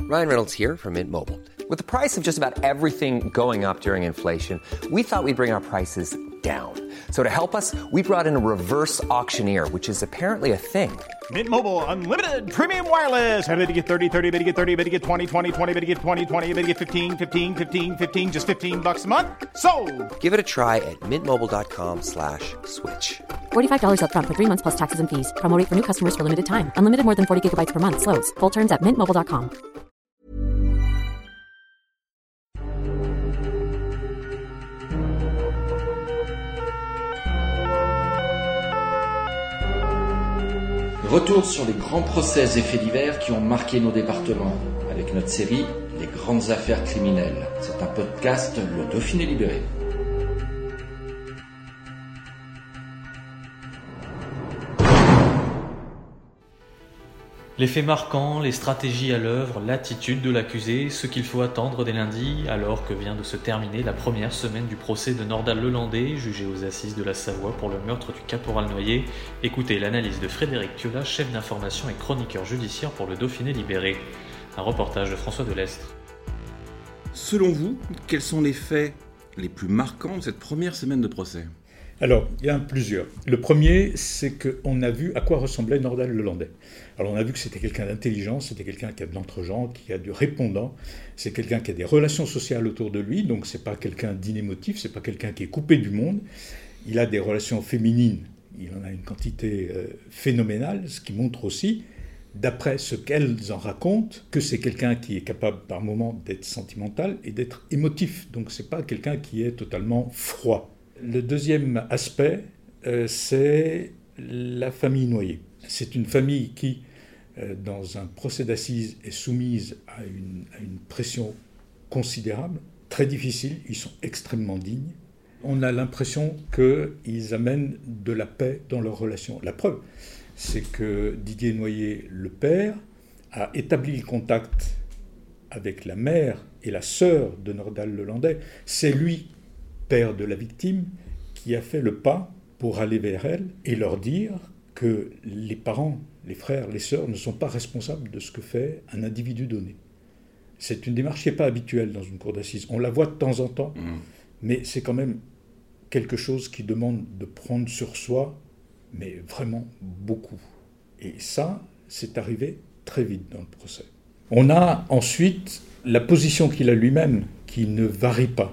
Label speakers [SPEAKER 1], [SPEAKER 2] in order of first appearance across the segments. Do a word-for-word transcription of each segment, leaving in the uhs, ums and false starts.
[SPEAKER 1] Ryan Reynolds here from Mint Mobile. With the price of just about everything going up during inflation, we thought we'd bring our prices down. So to help us, we brought in a reverse auctioneer, which is apparently a thing.
[SPEAKER 2] Mint Mobile Unlimited Premium Wireless. How to get thirty, thirty, how to get thirty, how to get twenty, twenty, twenty, how to get twenty, twenty, how to get fifteen, fifteen, fifteen, fifteen, just fifteen bucks a month? Sold!
[SPEAKER 1] Give it a try at mintmobile.com slash switch.
[SPEAKER 3] forty-five dollars up front for three months plus taxes and fees. Promo rate for new customers for limited time. Unlimited more than forty gigabytes per month. Slows full terms at mint mobile dot com.
[SPEAKER 4] Retour sur les grands procès et faits divers qui ont marqué nos départements, avec notre série Les grandes affaires criminelles. C'est un podcast Le Dauphiné libéré.
[SPEAKER 5] Les faits marquants, les stratégies à l'œuvre, l'attitude de l'accusé, ce qu'il faut attendre dès lundi, alors que vient de se terminer la première semaine du procès de Nordal Lelandais, jugé aux assises de la Savoie pour le meurtre du caporal Noyer. Écoutez l'analyse de Frédéric Thiolat, chef d'information et chroniqueur judiciaire pour le Dauphiné libéré. Un reportage de François Delestre.
[SPEAKER 6] Selon vous, quels sont les faits les plus marquants de cette première semaine de procès ?
[SPEAKER 7] Alors, il y en a plusieurs. Le premier, c'est qu'on a vu à quoi ressemblait Nordal Lelandais. Alors, on a vu que c'était quelqu'un d'intelligent, c'était quelqu'un qui a de l'entre-gens, qui a du répondant, c'est quelqu'un qui a des relations sociales autour de lui, donc c'est pas quelqu'un d'inémotif, c'est pas quelqu'un qui est coupé du monde. Il a des relations féminines, il en a une quantité euh, phénoménale, ce qui montre aussi, d'après ce qu'elles en racontent, que c'est quelqu'un qui est capable par moments d'être sentimental et d'être émotif. Donc, c'est pas quelqu'un qui est totalement froid. Le deuxième aspect, euh, c'est la famille Noyer. C'est une famille qui, euh, dans un procès d'assises, est soumise à une, à une pression considérable, très difficile. Ils sont extrêmement dignes. On a l'impression qu'ils amènent de la paix dans leurs relations. La preuve, c'est que Didier Noyer, le père, a établi le contact avec la mère et la sœur de Nordal Lelandais. C'est lui, père de la victime, qui a fait le pas pour aller vers elle et leur dire que les parents, les frères, les sœurs ne sont pas responsables de ce que fait un individu donné. C'est une démarche qui n'est pas habituelle dans une cour d'assises. On la voit de temps en temps, mmh. mais c'est quand même quelque chose qui demande de prendre sur soi, mais vraiment beaucoup. Et ça, c'est arrivé très vite dans le procès. On a ensuite la position qu'il a lui-même, qui ne varie pas.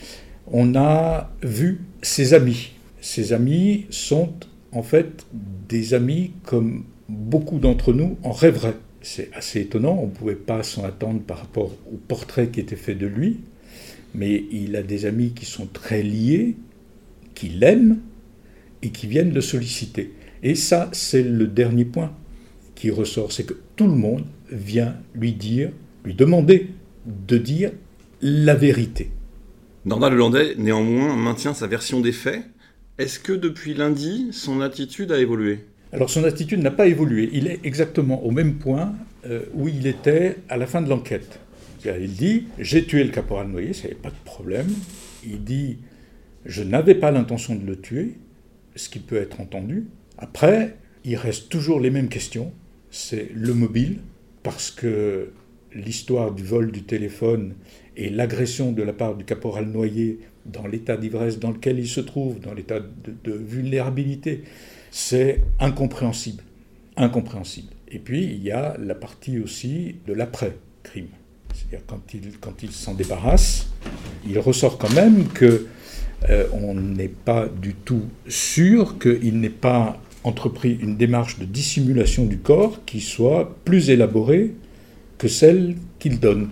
[SPEAKER 7] On a vu ses amis. Ses amis sont en fait des amis comme beaucoup d'entre nous en rêveraient. C'est assez étonnant, on ne pouvait pas s'en attendre par rapport au portrait qui était fait de lui, mais il a des amis qui sont très liés, qui l'aiment et qui viennent le solliciter. Et ça, c'est le dernier point qui ressort, c'est que tout le monde vient lui dire, lui demander de dire la vérité.
[SPEAKER 6] Nordal Lelandais, néanmoins, maintient sa version des faits. Est-ce que depuis lundi, son attitude a évolué ?
[SPEAKER 7] Alors son attitude n'a pas évolué. Il est exactement au même point euh, où il était à la fin de l'enquête. C'est-à-dire, il dit « j'ai tué le caporal Noyer, ça n'y avait pas de problème ». Il dit « je n'avais pas l'intention de le tuer », ce qui peut être entendu. Après, il reste toujours les mêmes questions. C'est le mobile, parce que l'histoire du vol du téléphone et l'agression de la part du caporal Noyer dans l'état d'ivresse dans lequel il se trouve, dans l'état de, de vulnérabilité, c'est incompréhensible. Incompréhensible. Et puis, il y a la partie aussi de l'après-crime. C'est-à-dire, quand il, quand il s'en débarrasse, il ressort quand même que euh, on n'est pas du tout sûr qu'il n'ait pas entrepris une démarche de dissimulation du corps qui soit plus élaborée que celle qu'il donne.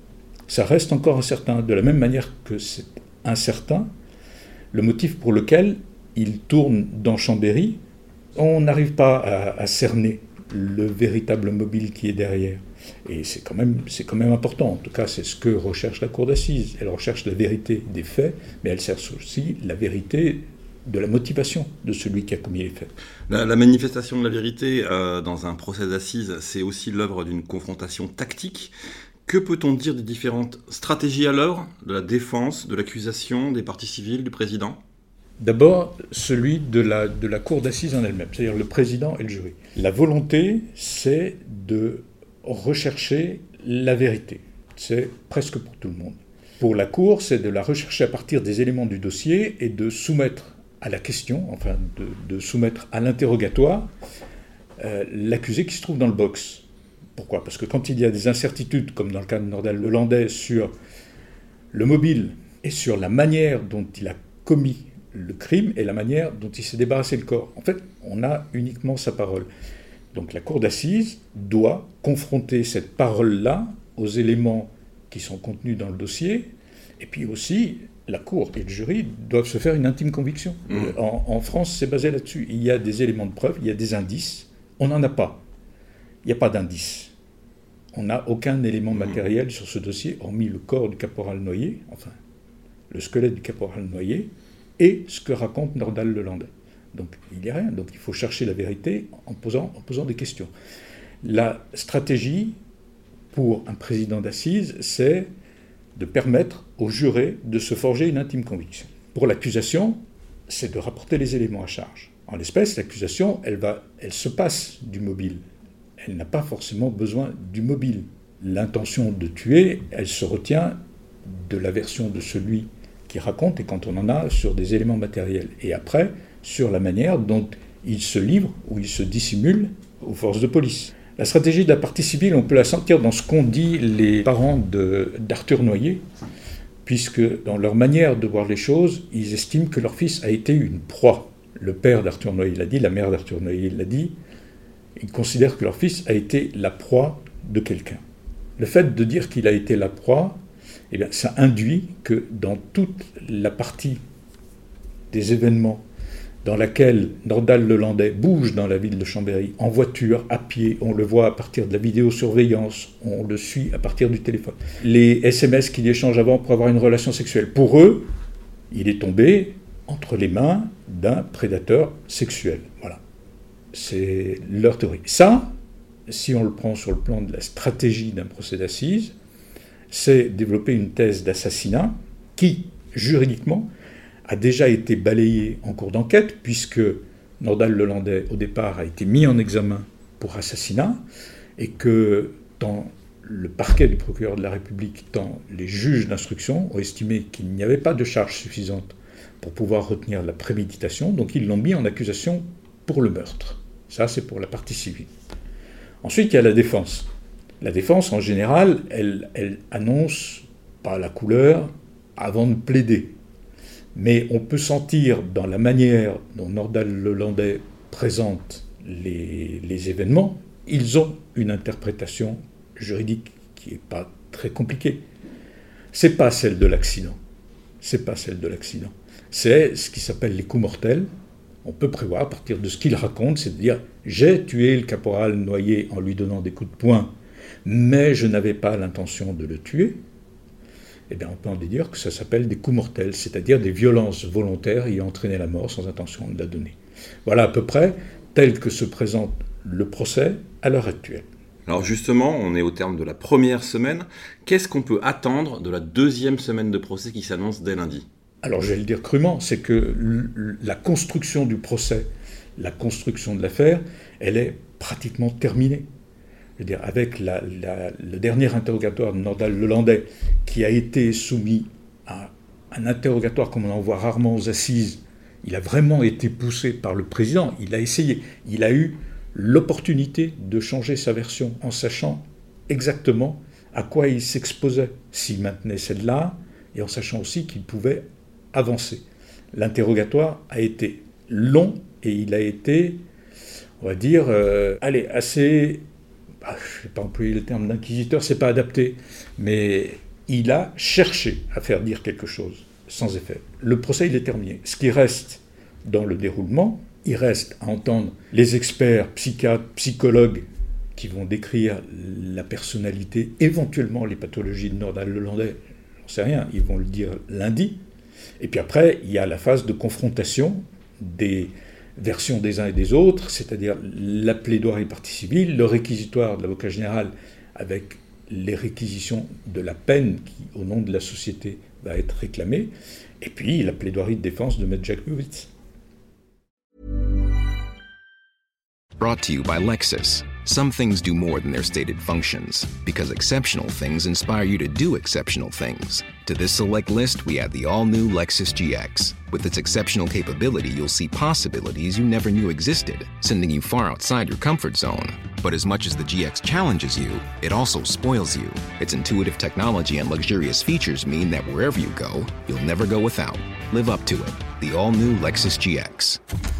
[SPEAKER 7] Ça reste encore incertain, de la même manière que c'est incertain le motif pour lequel il tourne dans Chambéry. On n'arrive pas à, à cerner le véritable mobile qui est derrière. Et c'est quand même, c'est quand même important. En tout cas, c'est ce que recherche la cour d'assises. Elle recherche la vérité des faits, mais elle cherche aussi la vérité de la motivation de celui qui a commis les faits.
[SPEAKER 6] La, la manifestation de la vérité euh, dans un procès d'assises, c'est aussi l'œuvre d'une confrontation tactique. Que peut-on dire des différentes stratégies à l'œuvre, de la défense, de l'accusation, des parties civiles, du président ?
[SPEAKER 7] D'abord, celui de la, de la cour d'assises en elle-même, c'est-à-dire le président et le jury. La volonté, c'est de rechercher la vérité. C'est presque pour tout le monde. Pour la Cour, c'est de la rechercher à partir des éléments du dossier et de soumettre à la question, enfin de, de soumettre à l'interrogatoire euh, l'accusé qui se trouve dans le box. Pourquoi ? Parce que quand il y a des incertitudes, comme dans le cas de Nordal-Lelandais, sur le mobile et sur la manière dont il a commis le crime et la manière dont il s'est débarrassé le corps, en fait, on a uniquement sa parole. Donc la cour d'assises doit confronter cette parole-là aux éléments qui sont contenus dans le dossier, et puis aussi, la cour et le jury doivent se faire une intime conviction. Mmh. En, en France, c'est basé là-dessus. Il y a des éléments de preuve, il y a des indices. On n'en a pas. Il n'y a pas d'indices. On n'a aucun élément matériel sur ce dossier, hormis le corps du caporal Noyer, enfin, le squelette du caporal Noyer, et ce que raconte Nordal-Lelandais. Donc, il n'y a rien. Donc, il faut chercher la vérité en posant, en posant des questions. La stratégie pour un président d'assises, c'est de permettre aux jurés de se forger une intime conviction. Pour l'accusation, c'est de rapporter les éléments à charge. En l'espèce, l'accusation, elle, va, elle se passe du mobile. Elle n'a pas forcément besoin du mobile. L'intention de tuer, elle se retient de la version de celui qui raconte, et quand on en a, sur des éléments matériels. Et après, sur la manière dont il se livre ou il se dissimule aux forces de police. La stratégie de la partie civile, on peut la sentir dans ce qu'ont dit les parents de, d'Arthur Noyer, puisque dans leur manière de voir les choses, ils estiment que leur fils a été une proie. Le père d'Arthur Noyer l'a dit, la mère d'Arthur Noyer l'a dit. Ils considèrent que leur fils a été la proie de quelqu'un. Le fait de dire qu'il a été la proie, eh bien, ça induit que dans toute la partie des événements dans laquelle Nordal-Lelandais bouge dans la ville de Chambéry, en voiture, à pied, on le voit à partir de la vidéosurveillance, on le suit à partir du téléphone. Les S M S qu'il échange avant pour avoir une relation sexuelle, pour eux, il est tombé entre les mains d'un prédateur sexuel. Voilà. C'est leur théorie. Ça, si on le prend sur le plan de la stratégie d'un procès d'assises, c'est développer une thèse d'assassinat qui, juridiquement, a déjà été balayée en cours d'enquête, puisque Nordal-Lelandais, au départ, a été mis en examen pour assassinat, et que tant le parquet du procureur de la République, tant les juges d'instruction ont estimé qu'il n'y avait pas de charge suffisante pour pouvoir retenir la préméditation, donc ils l'ont mis en accusation pour le meurtre. Ça, c'est pour la partie civile. Ensuite, il y a la défense. La défense, en général, elle, elle annonce pas la couleur avant de plaider. Mais on peut sentir dans la manière dont Nordal-Lelandais présente les, les événements, ils ont une interprétation juridique qui n'est pas très compliquée. C'est pas celle de l'accident. C'est pas celle de l'accident. C'est ce qui s'appelle les coups mortels. On peut prévoir à partir de ce qu'il raconte, c'est de dire « j'ai tué le caporal Noyer en lui donnant des coups de poing, mais je n'avais pas l'intention de le tuer ». Eh bien, on peut en déduire que ça s'appelle des coups mortels, c'est-à-dire des violences volontaires ayant entraîné la mort sans intention de la donner. Voilà à peu près tel que se présente le procès à l'heure actuelle.
[SPEAKER 6] Alors justement, on est au terme de la première semaine. Qu'est-ce qu'on peut attendre de la deuxième semaine de procès qui s'annonce dès lundi ?
[SPEAKER 7] Alors je vais le dire crûment, c'est que la construction du procès, la construction de l'affaire, elle est pratiquement terminée. Je veux dire, avec la, la, le dernier interrogatoire de Nordal-Lelandais, qui a été soumis à un interrogatoire comme on en voit rarement aux assises, il a vraiment été poussé par le président, il a essayé, il a eu l'opportunité de changer sa version en sachant exactement à quoi il s'exposait s'il maintenait celle-là, et en sachant aussi qu'il pouvait avancer. L'interrogatoire a été long et il a été, on va dire, euh, allez, assez... Ah, je ne vais pas employer le terme d'inquisiteur, c'est pas adapté, mais il a cherché à faire dire quelque chose, sans effet. Le procès, il est terminé. Ce qui reste dans le déroulement, il reste à entendre les experts, psychiatres, psychologues, qui vont décrire la personnalité, éventuellement les pathologies de Nordal-Lelandais, j'en sais rien, ils vont le dire lundi. Et puis après, il y a la phase de confrontation des versions des uns et des autres, c'est-à-dire la plaidoirie partie civile, le réquisitoire de l'avocat général avec les réquisitions de la peine qui, au nom de la société, va être réclamée, et puis la plaidoirie de défense de M. Jakubowicz.
[SPEAKER 8] Brought to you by Lexus. Some things do more than their stated functions, because exceptional things inspire you to do exceptional things. To this select list, we add the all-new Lexus G X. With its exceptional capability, you'll see possibilities you never knew existed, sending you far outside your comfort zone. But as much as the G X challenges you, it also spoils you. Its intuitive technology and luxurious features mean that wherever you go, you'll never go without. Live up to it. The all-new Lexus G X.